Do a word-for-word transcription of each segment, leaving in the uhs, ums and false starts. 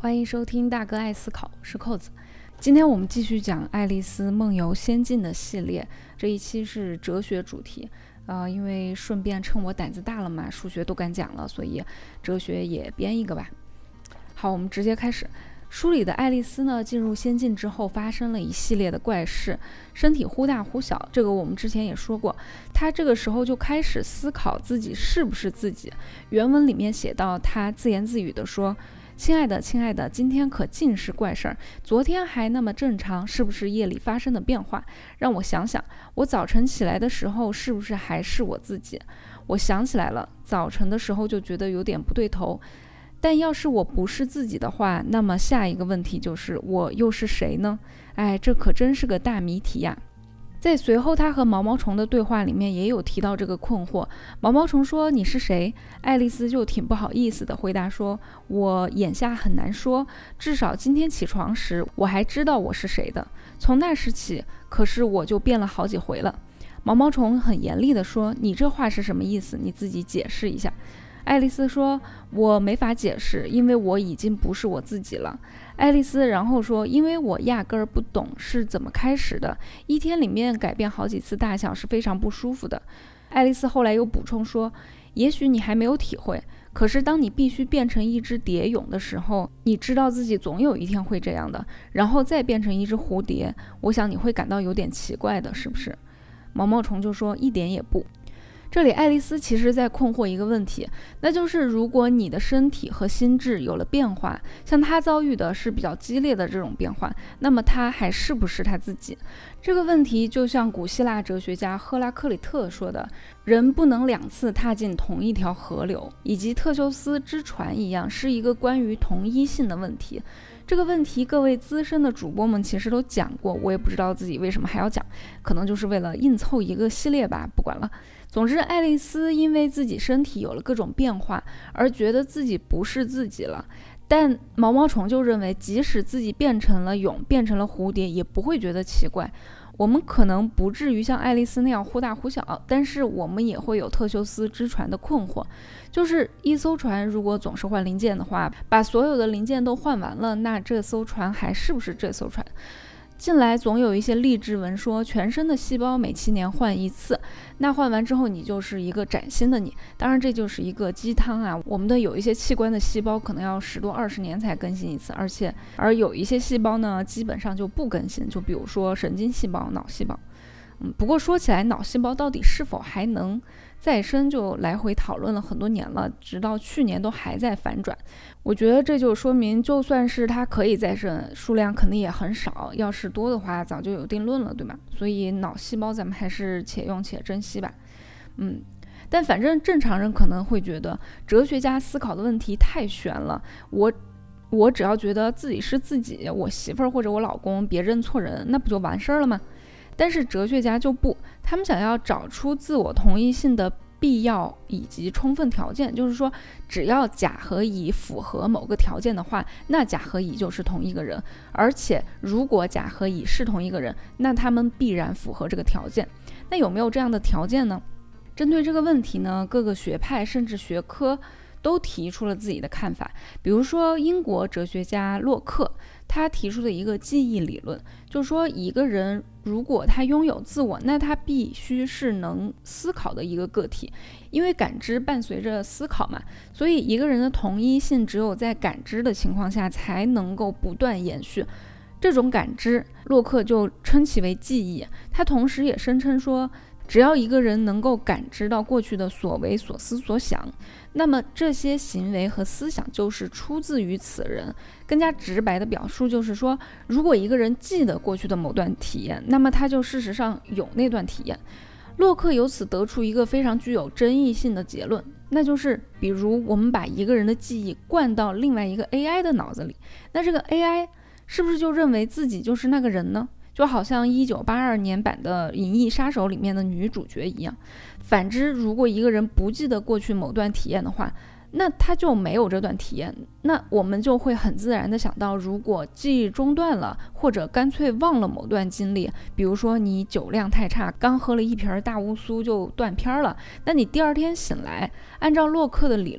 欢迎收听大哥爱思考，我是扣子。今天我们继续讲《爱丽丝梦游仙境》的系列，这一期是哲学主题。呃，因为顺便趁我胆子大了嘛，数学都敢讲了，所以哲学也编一个吧。好，我们直接开始。书里的爱丽丝呢，进入仙境之后发生了一系列的怪事，身体忽大忽小，这个我们之前也说过。她这个时候就开始思考自己是不是自己。原文里面写到，她自言自语地说：亲爱的亲爱的，今天可尽是怪事儿，昨天还那么正常，是不是夜里发生的变化？让我想想，我早晨起来的时候是不是还是我自己？我想起来了，早晨的时候就觉得有点不对头，但要是我不是自己的话，那么下一个问题就是我又是谁呢？哎，这可真是个大谜题呀。在随后他和毛毛虫的对话里面也有提到这个困惑。毛毛虫说：你是谁？爱丽丝就挺不好意思的回答说：我眼下很难说，至少今天起床时我还知道我是谁的，从那时起，可是我就变了好几回了。毛毛虫很严厉的说：你这话是什么意思？你自己解释一下。爱丽丝说：我没法解释，因为我已经不是我自己了。爱丽丝然后说：因为我压根儿不懂是怎么开始的，一天里面改变好几次大小是非常不舒服的。爱丽丝后来又补充说：也许你还没有体会，可是当你必须变成一只蝶蛹的时候，你知道自己总有一天会这样的，然后再变成一只蝴蝶，我想你会感到有点奇怪的，是不是？毛毛虫就说：一点也不。这里爱丽丝其实在困惑一个问题，那就是如果你的身体和心智有了变化，像她遭遇的是比较激烈的这种变化，那么她还是不是她自己？这个问题就像古希腊哲学家赫拉克里特说的，人不能两次踏进同一条河流，以及特修斯之船一样，是一个关于同一性的问题。这个问题各位资深的主播们其实都讲过，我也不知道自己为什么还要讲，可能就是为了硬凑一个系列吧，不管了。总之，爱丽丝因为自己身体有了各种变化，而觉得自己不是自己了。但毛毛虫就认为，即使自己变成了蛹，变成了蝴蝶，也不会觉得奇怪。我们可能不至于像爱丽丝那样忽大忽小，但是我们也会有特修斯之船的困惑，就是一艘船如果总是换零件的话，把所有的零件都换完了，那这艘船还是不是这艘船？近来总有一些励志文说，全身的细胞每七年换一次，那换完之后你就是一个崭新的你。当然这就是一个鸡汤啊，我们的有一些器官的细胞可能要十多二十年才更新一次，而且而有一些细胞呢基本上就不更新，就比如说神经细胞、脑细胞。嗯，不过说起来，脑细胞到底是否还能再生，就来回讨论了很多年了，直到去年都还在反转。我觉得这就说明，就算是它可以再生，数量肯定也很少，要是多的话早就有定论了，对吗？所以脑细胞咱们还是且用且珍惜吧。嗯，但反正正常人可能会觉得，哲学家思考的问题太悬了，我我只要觉得自己是自己，我媳妇儿或者我老公别认错人，那不就完事儿了吗？但是哲学家就不，他们想要找出自我同一性的必要以及充分条件，就是说只要甲和乙符合某个条件的话，那甲和乙就是同一个人，而且如果甲和乙是同一个人，那他们必然符合这个条件。那有没有这样的条件呢？针对这个问题呢，各个学派甚至学科都提出了自己的看法。比如说英国哲学家洛克，他提出的一个记忆理论，就是说一个人如果他拥有自我，那他必须是能思考的一个个体，因为感知伴随着思考嘛，所以一个人的同一性只有在感知的情况下才能够不断延续。这种感知洛克就称其为记忆。他同时也声称说，只要一个人能够感知到过去的所为所思所想，那么这些行为和思想就是出自于此人。更加直白的表述就是说，如果一个人记得过去的某段体验，那么他就事实上有那段体验。洛克由此得出一个非常具有争议性的结论，那就是比如我们把一个人的记忆灌到另外一个 A I 的脑子里，那这个 A I 是不是就认为自己就是那个人呢？就好像一九八二年版的《银翼杀手》里面的女主角一样。反之，如果一个人不记得过去某段体验的话，那他就没有这段体验。那我们就会很自然的想到，如果记忆中断了，或者干脆忘了某段经历，比如说你酒量太差，刚喝了一瓶大乌苏就断片了，那你第二天醒来，按照洛克的理论，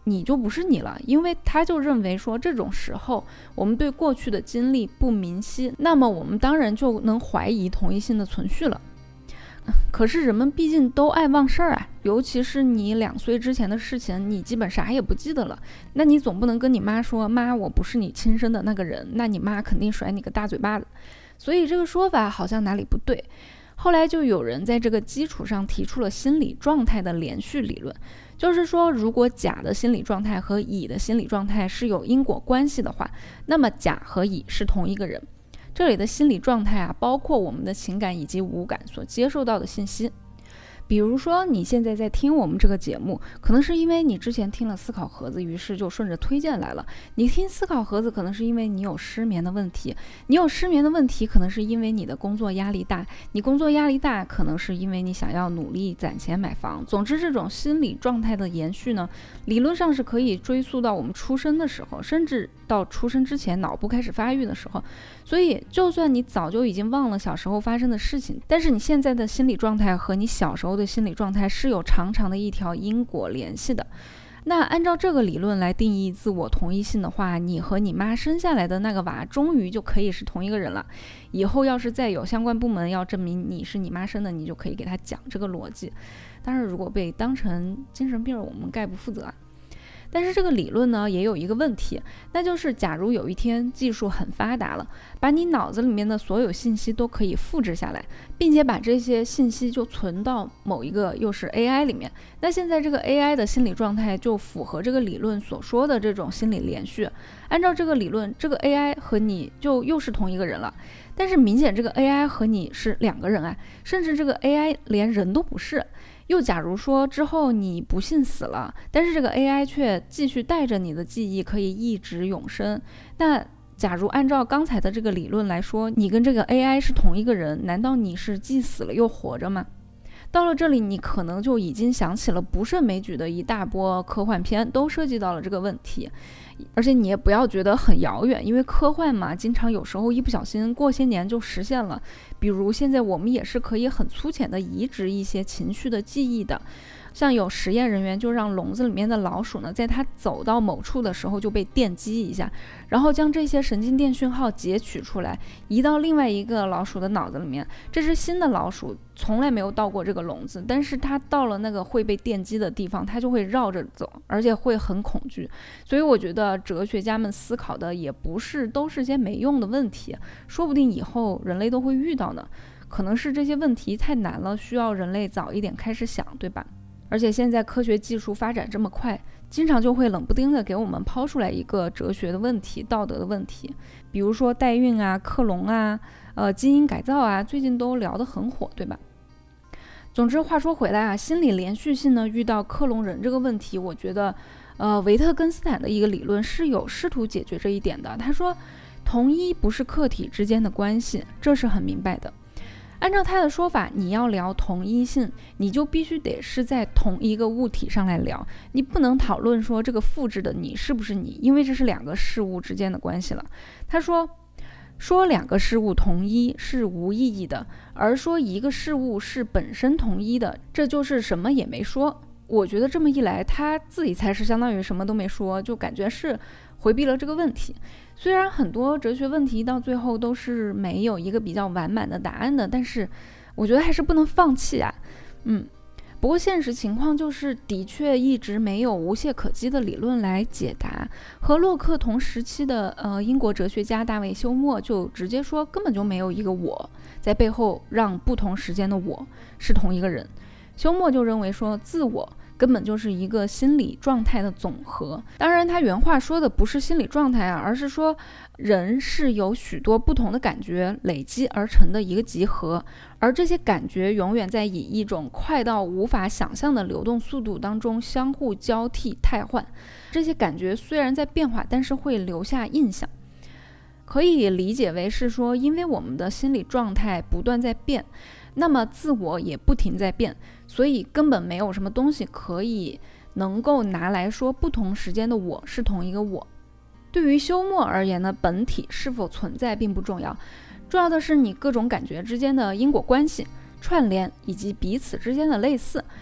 你就不是你了，因为他就认为说这种时候我们对过去的经历不明晰，那么我们当然就能怀疑同一性的存续了。可是人们毕竟都爱忘事儿啊，尤其是你两岁之前的事情，你基本啥也不记得了，那你总不能跟你妈说，妈，我不是你亲生的那个人，那你妈肯定甩你个大嘴巴子。所以这个说法好像哪里不对。后来就有人在这个基础上提出了心理状态的连续理论，就是说如果甲的心理状态和乙的心理状态是有因果关系的话，那么甲和乙是同一个人。这里的心理状态啊，包括我们的情感以及五感所接受到的信息。比如说你现在在听我们这个节目，可能是因为你之前听了思考盒子，于是就顺着推荐来了。你听思考盒子可能是因为你有失眠的问题，你有失眠的问题可能是因为你的工作压力大，你工作压力大可能是因为你想要努力攒钱买房。总之这种心理状态的延续呢，理论上是可以追溯到我们出生的时候，甚至到出生之前脑部开始发育的时候。所以就算你早就已经忘了小时候发生的事情，但是你现在的心理状态和你小时候的心理状态是有长长的一条因果联系的。那按照这个理论来定义自我同一性的话，你和你妈生下来的那个娃终于就可以是同一个人了。以后要是再有相关部门要证明你是你妈生的，你就可以给他讲这个逻辑。当然如果被当成精神病，我们概不负责啊。但是这个理论呢也有一个问题，那就是假如有一天技术很发达了，把你脑子里面的所有信息都可以复制下来，并且把这些信息就存到某一个又是 A I 里面，那现在这个 A I 的心理状态就符合这个理论所说的这种心理连续。按照这个理论，这个 A I 和你就又是同一个人了，但是明显这个 A I 和你是两个人啊，甚至这个 A I 连人都不是。又假如说之后你不幸死了，但是这个 A I 却继续带着你的记忆可以一直永生，那假如按照刚才的这个理论来说，你跟这个 A I 是同一个人，难道你是既死了又活着吗？到了这里你可能就已经想起了不胜枚举的一大波科幻片都涉及到了这个问题，而且你也不要觉得很遥远，因为科幻嘛，经常有时候一不小心过些年就实现了。比如现在我们也是可以很粗浅的移植一些情绪的记忆的，像有实验人员就让笼子里面的老鼠呢，在它走到某处的时候就被电击一下，然后将这些神经电讯号截取出来，移到另外一个老鼠的脑子里面。这只新的老鼠从来没有到过这个笼子，但是它到了那个会被电击的地方，它就会绕着走，而且会很恐惧。所以我觉得哲学家们思考的也不是都是些没用的问题，说不定以后人类都会遇到呢。可能是这些问题太难了，需要人类早一点开始想，对吧？而且现在科学技术发展这么快，经常就会冷不丁的给我们抛出来一个哲学的问题、道德的问题，比如说代孕啊、克隆啊、呃基因改造啊，最近都聊得很火，对吧？总之话说回来啊，心理连续性呢，遇到克隆人这个问题，我觉得呃维特根斯坦的一个理论是有试图解决这一点的。他说同一不是客体之间的关系，这是很明白的。按照他的说法，你要聊同一性，你就必须得是在同一个物体上来聊，你不能讨论说这个复制的你是不是你，因为这是两个事物之间的关系了。他说说两个事物同一是无意义的，而说一个事物是本身同一的，这就是什么也没说。我觉得这么一来，他自己才是相当于什么都没说，就感觉是回避了这个问题。虽然很多哲学问题到最后都是没有一个比较完满的答案的，但是我觉得还是不能放弃啊。嗯，不过现实情况就是的确一直没有无懈可击的理论来解答。和洛克同时期的呃英国哲学家大卫休谟就直接说，根本就没有一个我在背后让不同时间的我是同一个人。休谟就认为说，自我根本就是一个心理状态的总和。当然他原话说的不是心理状态啊，而是说人是由许多不同的感觉累积而成的一个集合，而这些感觉永远在以一种快到无法想象的流动速度当中相互交替汰换。这些感觉虽然在变化，但是会留下印象。可以理解为是说，因为我们的心理状态不断在变，那么自我也不停在变，所以根本没有什么东西可以能够拿来说不同时间的我是同一个我。对于休谟而言呢，本体是否存在并不重要，重要的是你各种感觉之间的因果关系、串联以及彼此之间的类似。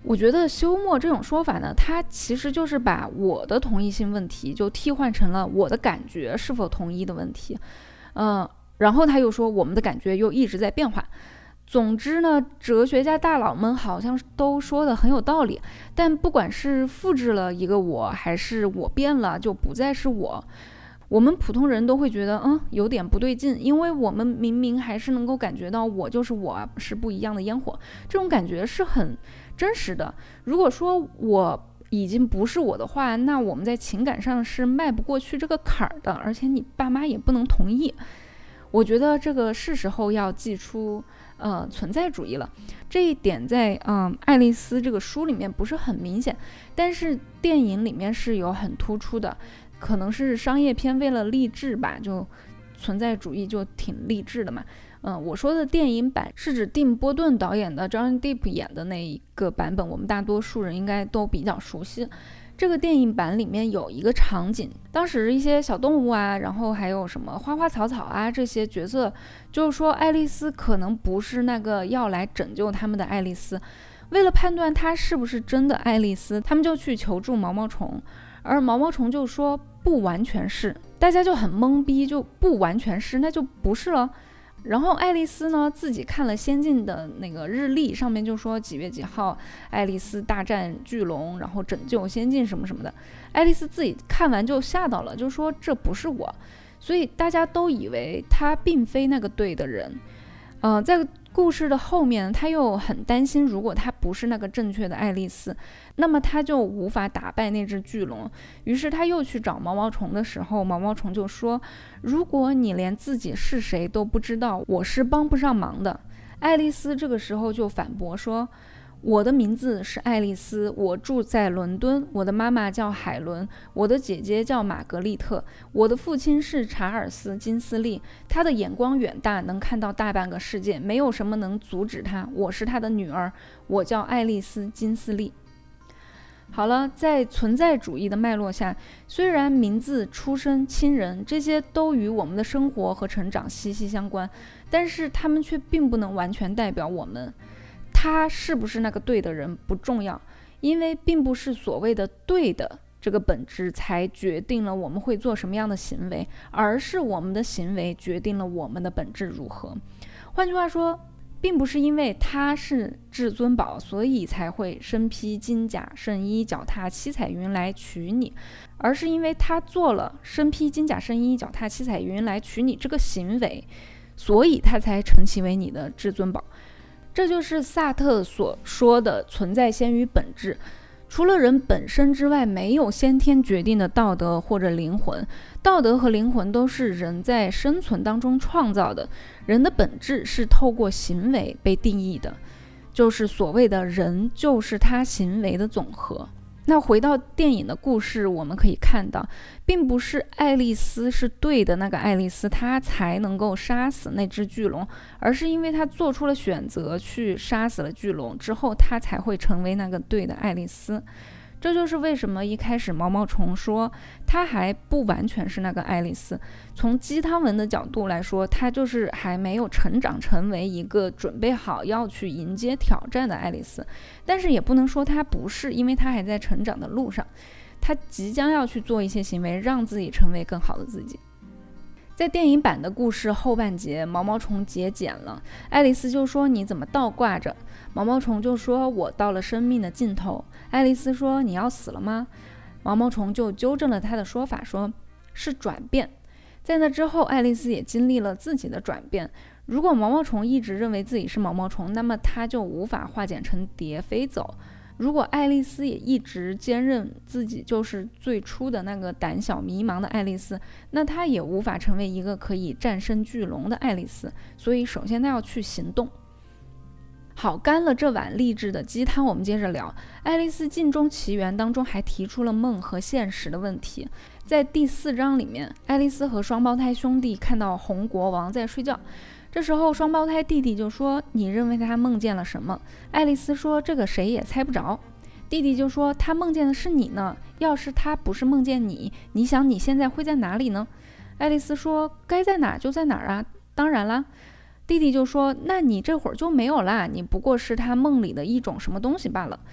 我觉得休谟这种说法呢，它其实就是把我的同一性问题就替换成了我的感觉是否同一的问题。嗯，然后他又说我们的感觉又一直在变化。总之呢，哲学家大佬们好像都说的很有道理，但不管是复制了一个我，还是我变了就不再是我，我们普通人都会觉得嗯有点不对劲，因为我们明明还是能够感觉到我就是我，是不一样的烟火，这种感觉是很真实的。如果说我已经不是我的话，那我们在情感上是迈不过去这个坎儿的，而且你爸妈也不能同意。我觉得这个是时候要祭出呃存在主义了。这一点在嗯、呃、爱丽丝这个书里面不是很明显，但是电影里面是有很突出的，可能是商业片为了励志吧，就存在主义就挺励志的嘛。嗯、呃，我说的电影版是指蒂姆·波顿导演的 Johnny Depp 演的那一个版本，我们大多数人应该都比较熟悉。这个电影版里面有一个场景，当时一些小动物啊，然后还有什么花花草草啊，这些角色，就是说爱丽丝可能不是那个要来拯救他们的爱丽丝。为了判断她是不是真的爱丽丝，他们就去求助毛毛虫，而毛毛虫就说不完全是，大家就很懵逼，就不完全是，那就不是了。然后爱丽丝呢自己看了仙境的那个日历，上面就说几月几号爱丽丝大战巨龙，然后拯救仙境什么什么的。爱丽丝自己看完就吓到了，就说这不是我，所以大家都以为她并非那个对的人。呃，在故事的后面，他又很担心，如果他不是那个正确的爱丽丝，那么他就无法打败那只巨龙。于是他又去找毛毛虫的时候，毛毛虫就说，如果你连自己是谁都不知道，我是帮不上忙的。爱丽丝这个时候就反驳说，我的名字是爱丽丝，我住在伦敦，我的妈妈叫海伦，我的姐姐叫玛格丽特，我的父亲是查尔斯·金斯利，他的眼光远大，能看到大半个世界，没有什么能阻止他，我是他的女儿，我叫爱丽丝·金斯利。好了，在存在主义的脉络下，虽然名字、出身、亲人这些都与我们的生活和成长息息相关，但是他们却并不能完全代表我们。他是不是那个对的人不重要，因为并不是所谓的对的这个本质才决定了我们会做什么样的行为，而是我们的行为决定了我们的本质如何。换句话说，并不是因为他是至尊宝，所以才会身披金甲圣衣，脚踏七彩云来娶你，而是因为他做了身披金甲圣衣，脚踏七彩云来娶你这个行为，所以他才成其为你的至尊宝。这就是萨特所说的存在先于本质，除了人本身之外，没有先天决定的道德或者灵魂。道德和灵魂都是人在生存当中创造的，人的本质是透过行为被定义的，就是所谓的人就是他行为的总和。那回到电影的故事，我们可以看到，并不是爱丽丝是对的那个爱丽丝，她才能够杀死那只巨龙，而是因为她做出了选择去杀死了巨龙之后，她才会成为那个对的爱丽丝。这就是为什么一开始毛毛虫说她还不完全是那个爱丽丝，从鸡汤文的角度来说，她就是还没有成长成为一个准备好要去迎接挑战的爱丽丝，但是也不能说她不是，因为她还在成长的路上，她即将要去做一些行为，让自己成为更好的自己。在电影版的故事后半节，毛毛虫节俭了，爱丽丝就说你怎么倒挂着，毛毛虫就说我到了生命的尽头，爱丽丝说你要死了吗？毛毛虫就纠正了他的说法，说是转变。在那之后，爱丽丝也经历了自己的转变。如果毛毛虫一直认为自己是毛毛虫，那么他就无法化茧成蝶飞走。如果爱丽丝也一直坚认自己就是最初的那个胆小迷茫的爱丽丝，那她也无法成为一个可以战胜巨龙的爱丽丝。所以首先她要去行动。好，干了这碗励志的鸡汤，我们接着聊。爱丽丝镜中奇缘当中还提出了梦和现实的问题。在第四章里面，爱丽丝和双胞胎兄弟看到红国王在睡觉，这时候双胞胎弟弟就说你认为他梦见了什么？爱丽丝说这个谁也猜不着。弟弟就说他梦见的是你呢，要是他不是梦见你，你想你现在会在哪里呢？爱丽丝说该在哪就在哪儿啊，当然啦。弟弟就说那你这会儿就没有啦，你不过是他梦里的一种什么东西罢了。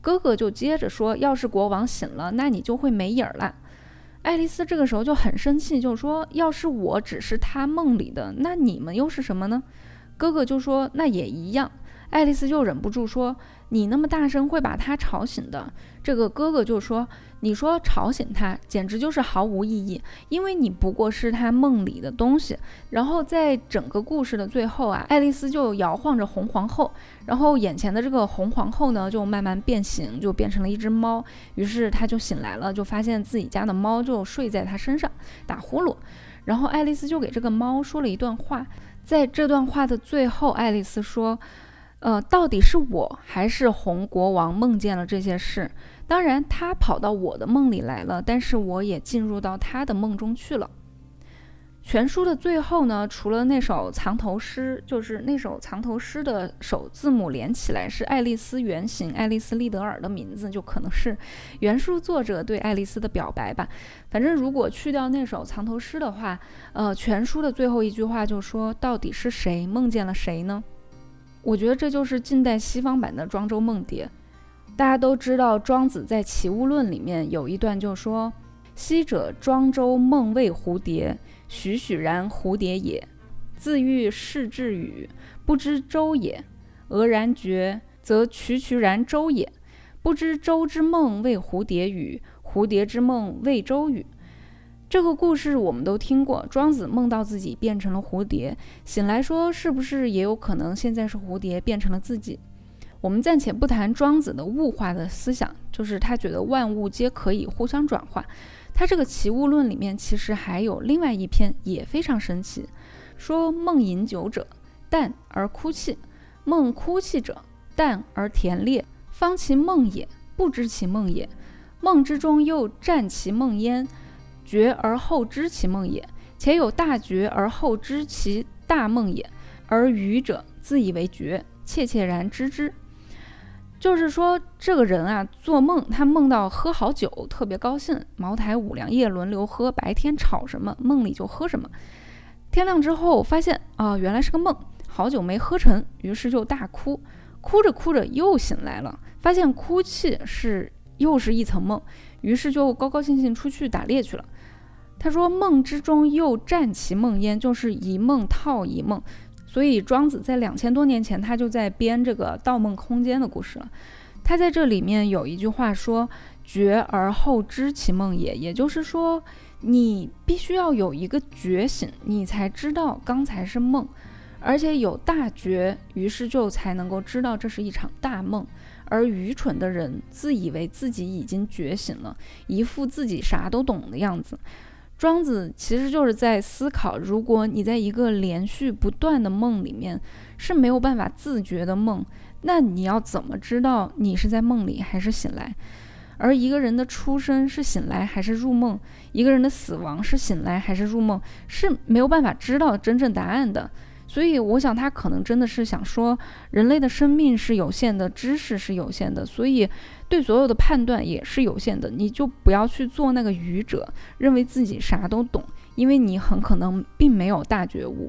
哥哥就接着说，要是国王醒了，那你就会没影儿了。爱丽丝这个时候就很生气，就说要是我只是他梦里的，那你们又是什么呢？哥哥就说那也一样。爱丽丝就忍不住说，你那么大声会把他吵醒的。这个哥哥就说，你说吵醒他简直就是毫无意义，因为你不过是他梦里的东西。然后在整个故事的最后啊，爱丽丝就摇晃着红皇后，然后眼前的这个红皇后呢就慢慢变形，就变成了一只猫。于是她就醒来了，就发现自己家的猫就睡在她身上打呼噜。然后爱丽丝就给这个猫说了一段话，在这段话的最后，爱丽丝说呃，到底是我还是红国王梦见了这些事？当然他跑到我的梦里来了，但是我也进入到他的梦中去了。全书的最后呢，除了那首藏头诗，就是那首藏头诗的首字母连起来是爱丽丝原型爱丽丝利德尔的名字，就可能是原书作者对爱丽丝的表白吧。反正如果去掉那首藏头诗的话，呃，全书的最后一句话就说，到底是谁梦见了谁呢？我觉得这就是近代西方版的庄周梦蝶。大家都知道庄子在齐物论里面有一段就说，昔者庄周梦谓蝴蝶，栩栩然蝴蝶也，自喻视之语，不知周也，俄然觉，则曲曲然周也，不知周之梦谓蝴蝶语，蝴蝶之梦谓周语。这个故事我们都听过，庄子梦到自己变成了蝴蝶，醒来说是不是也有可能现在是蝴蝶变成了自己？我们暂且不谈庄子的物化的思想，就是他觉得万物皆可以互相转化。他这个齐物论里面其实还有另外一篇也非常神奇，说梦饮酒者淡而哭泣，梦哭泣者淡而甜烈，方其梦也，不知其梦也，梦之中又占其梦焉，觉而后知其梦也，且有大觉而后知其大梦也，而愚者自以为觉，切切然知之。就是说这个人啊，做梦他梦到喝好酒特别高兴，茅台五粮液轮流喝，白天吵什么梦里就喝什么，天亮之后发现啊、呃，原来是个梦，好久没喝成，于是就大哭，哭着哭着又醒来了，发现哭泣是又是一层梦，于是就高高兴兴出去打猎去了。他说梦之中又占其梦焉，就是一梦套一梦。所以庄子在两千多年前他就在编这个盗梦空间的故事了。他在这里面有一句话说，觉而后知其梦也，也就是说你必须要有一个觉醒，你才知道刚才是梦，而且有大觉，于是就才能够知道这是一场大梦。而愚蠢的人自以为自己已经觉醒了，一副自己啥都懂的样子。庄子其实就是在思考，如果你在一个连续不断的梦里面是没有办法自觉的梦，那你要怎么知道你是在梦里还是醒来？而一个人的出生是醒来还是入梦，一个人的死亡是醒来还是入梦，是没有办法知道真正答案的。所以我想他可能真的是想说，人类的生命是有限的，知识是有限的，所以对所有的判断也是有限的。你就不要去做那个愚者，认为自己啥都懂，因为你很可能并没有大觉悟。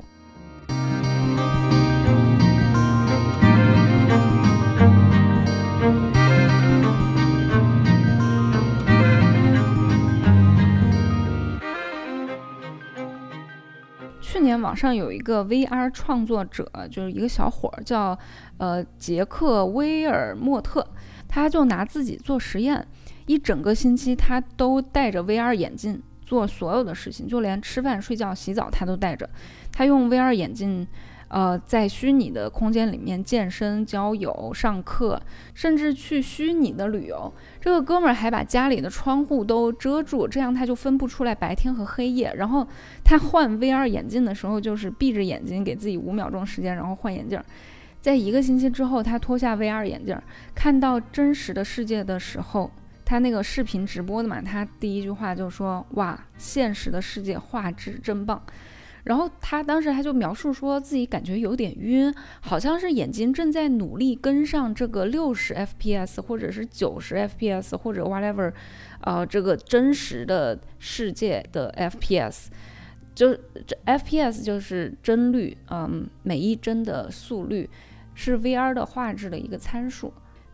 去年网上有一个 V R 创作者，就是一个小伙儿叫呃杰克威尔莫特，他就拿自己做实验，一整个星期他都戴着 V R 眼镜做所有的事情，就连吃饭、睡觉、洗澡他都戴着。他用 V R 眼镜呃，在虚拟的空间里面健身、交友、上课，甚至去虚拟的旅游。这个哥们儿还把家里的窗户都遮住，这样他就分不出来白天和黑夜。然后他换 V R 眼镜的时候，就是闭着眼睛给自己五秒钟时间，然后换眼镜。在一个星期之后，他脱下 V R 眼镜，看到真实的世界的时候，他那个视频直播的嘛，他第一句话就说：“哇，现实的世界画质真棒。”然后他当时他就描述说自己感觉有点晕，好像是眼睛正在努力跟上这个六十 F P S 或者是九十 F P S 或者 whatever， 呃，这个真实的世界的 F P S， 就这 F P S 就是帧率，嗯，每一帧的速率是 V R 的画质的一个参数。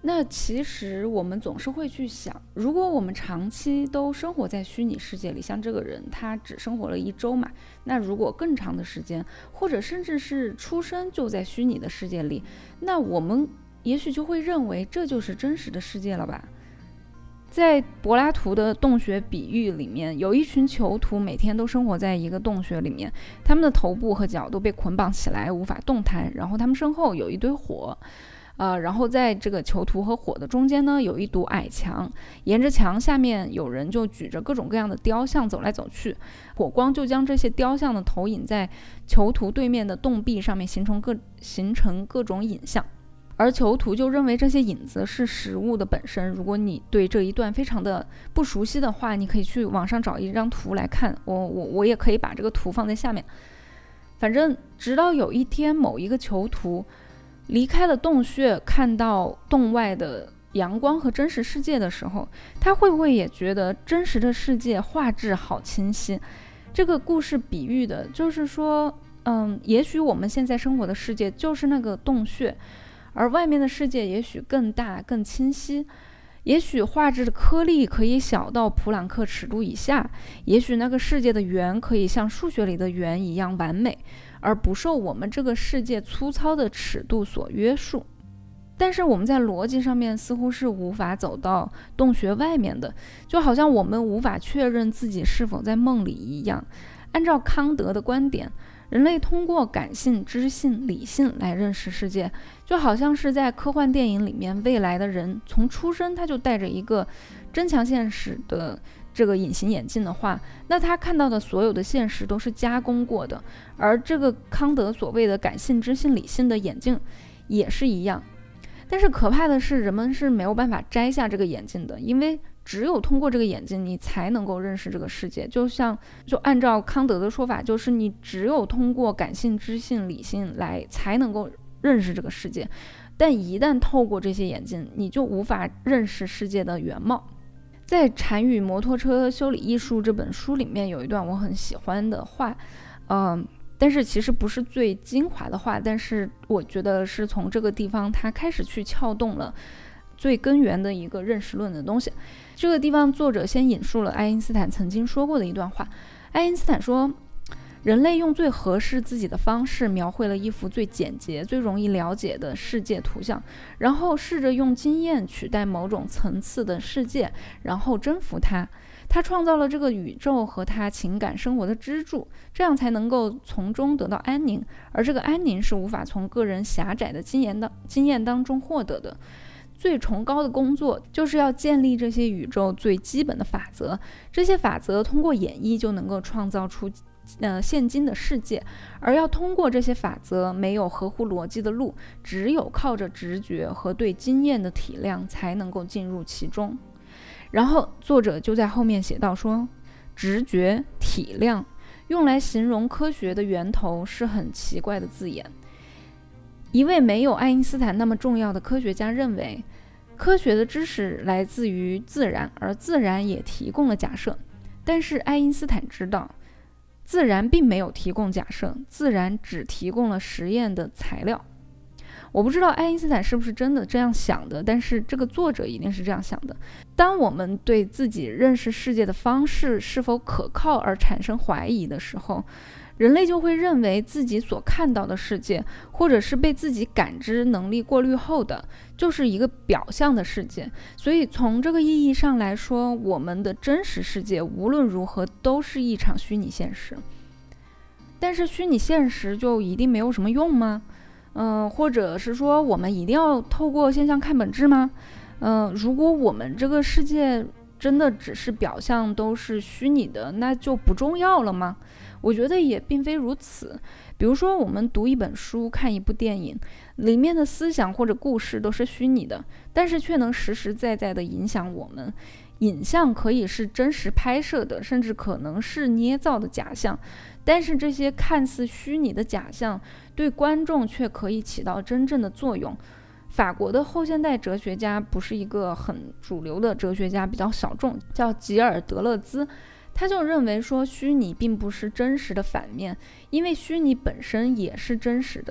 那其实我们总是会去想，如果我们长期都生活在虚拟世界里，像这个人他只生活了一周嘛，那如果更长的时间，或者甚至是出生就在虚拟的世界里，那我们也许就会认为这就是真实的世界了吧。在柏拉图的洞穴比喻里面，有一群囚徒每天都生活在一个洞穴里面，他们的头部和脚都被捆绑起来，无法动弹，然后他们身后有一堆火，呃，然后在这个囚徒和火的中间呢，有一堵矮墙，沿着墙下面有人就举着各种各样的雕像走来走去，火光就将这些雕像的投影在囚徒对面的洞壁上面，形成各形成各种影像。而囚徒就认为这些影子是食物的本身。如果你对这一段非常的不熟悉的话，你可以去网上找一张图来看，我我我也可以把这个图放在下面。反正直到有一天，某一个囚徒离开了洞穴，看到洞外的阳光和真实世界的时候，他会不会也觉得真实的世界画质好清晰？这个故事比喻的就是说，嗯，也许我们现在生活的世界就是那个洞穴，而外面的世界也许更大更清晰，也许画质的颗粒可以小到普朗克尺度以下，也许那个世界的圆可以像数学里的圆一样完美，而不受我们这个世界粗糙的尺度所约束。但是我们在逻辑上面似乎是无法走到洞穴外面的，就好像我们无法确认自己是否在梦里一样。按照康德的观点，人类通过感性、知性、理性来认识世界，就好像是在科幻电影里面，未来的人从出生他就戴着一个增强现实的这个隐形眼镜的话，那他看到的所有的现实都是加工过的。而这个康德所谓的感性、知性、理性的眼镜也是一样。但是可怕的是，人们是没有办法摘下这个眼镜的，因为只有通过这个眼睛，你才能够认识这个世界。就像就按照康德的说法，就是你只有通过感性、知性、理性来才能够认识这个世界。但一旦透过这些眼镜，你就无法认识世界的原貌。在《禅与摩托车修理艺术》这本书里面有一段我很喜欢的话，嗯。但是其实不是最精华的话，但是我觉得是从这个地方他开始去撬动了最根源的一个认识论的东西。这个地方作者先引述了爱因斯坦曾经说过的一段话。爱因斯坦说，人类用最合适自己的方式描绘了一幅最简洁、最容易了解的世界图像，然后试着用经验取代某种层次的世界，然后征服它。他创造了这个宇宙和他情感生活的支柱，这样才能够从中得到安宁，而这个安宁是无法从个人狭窄的经验当经验当中获得的。最崇高的工作就是要建立这些宇宙最基本的法则，这些法则通过演绎就能够创造出呃现今的世界，而要通过这些法则，没有合乎逻辑的路，只有靠着直觉和对经验的体谅才能够进入其中。然后作者就在后面写到说，直觉、体谅用来形容科学的源头是很奇怪的字眼。一位没有爱因斯坦那么重要的科学家认为，科学的知识来自于自然，而自然也提供了假设。但是爱因斯坦知道，自然并没有提供假设，自然只提供了实验的材料。我不知道爱因斯坦是不是真的这样想的，但是这个作者一定是这样想的。当我们对自己认识世界的方式是否可靠而产生怀疑的时候，人类就会认为自己所看到的世界，或者是被自己感知能力过滤后的，就是一个表象的世界。所以从这个意义上来说，我们的真实世界无论如何都是一场虚拟现实。但是虚拟现实就一定没有什么用吗？嗯、呃，或者是说我们一定要透过现象看本质吗？嗯、呃，如果我们这个世界真的只是表象都是虚拟的，那就不重要了吗？我觉得也并非如此。比如说我们读一本书、看一部电影，里面的思想或者故事都是虚拟的，但是却能实实在在地影响我们。影像可以是真实拍摄的，甚至可能是捏造的假象，但是这些看似虚拟的假象对观众却可以起到真正的作用。法国的后现代哲学家不是一个很主流的哲学家，比较小众，叫吉尔德勒兹。他就认为说，虚拟并不是真实的反面，因为虚拟本身也是真实的。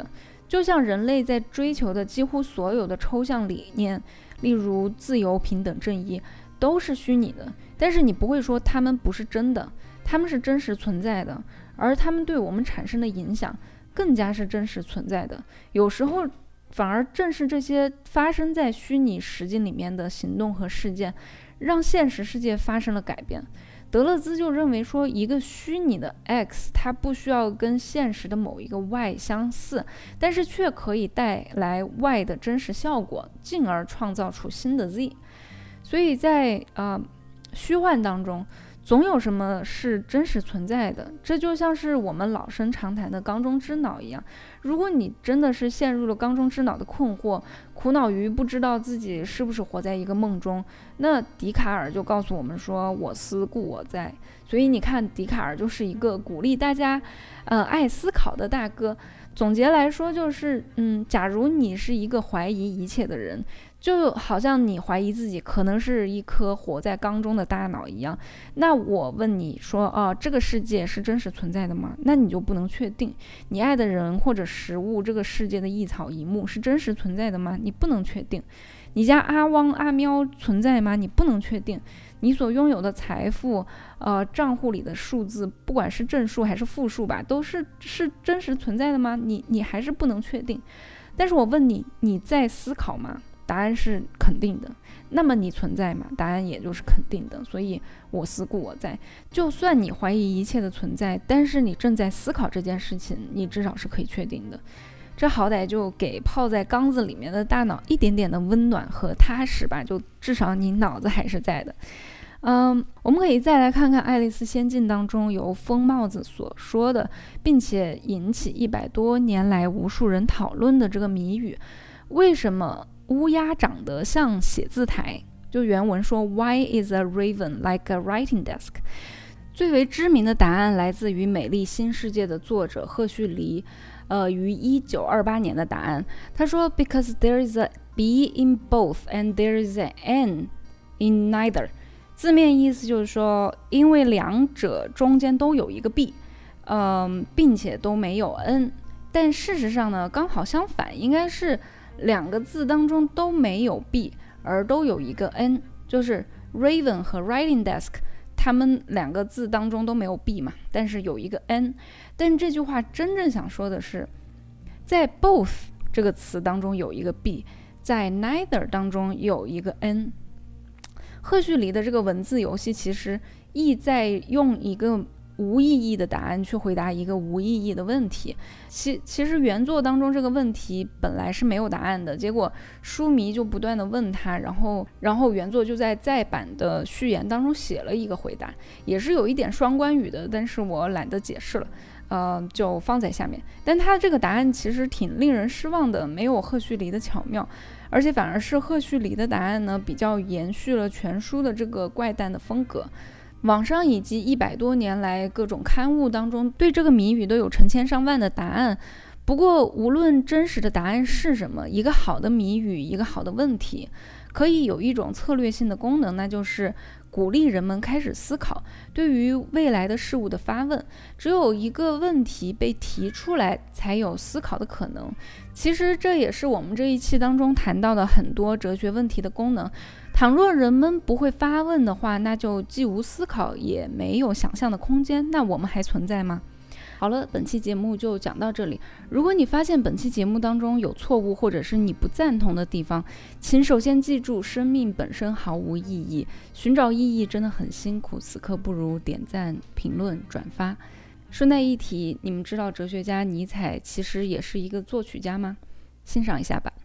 就像人类在追求的几乎所有的抽象理念，例如自由、平等、正义，都是虚拟的，但是你不会说他们不是真的，他们是真实存在的，而他们对我们产生的影响更加是真实存在的。有时候反而正是这些发生在虚拟实境里面的行动和事件，让现实世界发生了改变。德勒兹就认为说，一个虚拟的 X 它不需要跟现实的某一个 Y 相似，但是却可以带来 Y 的真实效果，进而创造出新的 Z。 所以在呃虚幻当中总有什么是真实存在的，这就像是我们老生常谈的缸中之脑一样。如果你真的是陷入了缸中之脑的困惑，苦恼于不知道自己是不是活在一个梦中，那笛卡尔就告诉我们说，我思故我在。所以你看，笛卡尔就是一个鼓励大家呃爱思考的大哥。总结来说就是嗯，假如你是一个怀疑一切的人，就好像你怀疑自己可能是一颗活在缸中的大脑一样，那我问你说，哦，这个世界是真实存在的吗？那你就不能确定。你爱的人或者食物，这个世界的一草一木是真实存在的吗？你不能确定。你家阿汪阿喵存在吗？你不能确定。你所拥有的财富，呃，账户里的数字，不管是正数还是负数吧，都是是真实存在的吗？你你还是不能确定。但是我问你，你在思考吗？答案是肯定的。那么你存在吗？答案也就是肯定的。所以我思故我在。就算你怀疑一切的存在，但是你正在思考这件事情，你至少是可以确定的。这好歹就给泡在缸子里面的大脑一点点的温暖和踏实吧，就至少你脑子还是在的。嗯，我们可以再来看看《爱丽丝仙境》当中由疯帽子所说的，并且引起一百多年来无数人讨论的这个谜语：为什么乌鸦长得像写字台？就原文说 Why is a raven like a writing desk？ 最为知名的答案来自于《美丽新世界》的作者赫胥黎，呃，于一九二八年的答案。他说 Because there is a B in both and there is an N in neither。字面意思就是说，因为两者中间都有一个 b， 嗯、呃，并且都没有 n。但事实上呢，刚好相反，应该是两个字当中都没有 b， 而都有一个 n。就是 raven 和 writing desk， 他们两个字当中都没有 b 嘛，但是有一个 n。但这句话真正想说的是，在 both 这个词当中有一个 b， 在 neither 当中有一个 n。赫胥黎的这个文字游戏其实意在用一个无意义的答案去回答一个无意义的问题。其其实原作当中这个问题本来是没有答案的，结果书迷就不断的问他，然后然后原作就在再版的序言当中写了一个回答，也是有一点双关语的，但是我懒得解释了，呃，就放在下面。但他这个答案其实挺令人失望的，没有赫胥黎的巧妙。而且反而是赫胥黎的答案呢，比较延续了全书的这个怪诞的风格。网上以及一百多年来各种刊物当中，对这个谜语都有成千上万的答案。不过无论真实的答案是什么，一个好的谜语，一个好的问题，可以有一种策略性的功能，那就是鼓励人们开始思考，对于未来的事物的发问。只有一个问题被提出来，才有思考的可能。其实这也是我们这一期当中谈到的很多哲学问题的功能。倘若人们不会发问的话，那就既无思考，也没有想象的空间，那我们还存在吗？好了，本期节目就讲到这里。如果你发现本期节目当中有错误，或者是你不赞同的地方，请首先记住，生命本身毫无意义，寻找意义真的很辛苦，此刻不如点赞、评论、转发。顺带一提，你们知道哲学家尼采其实也是一个作曲家吗？欣赏一下吧。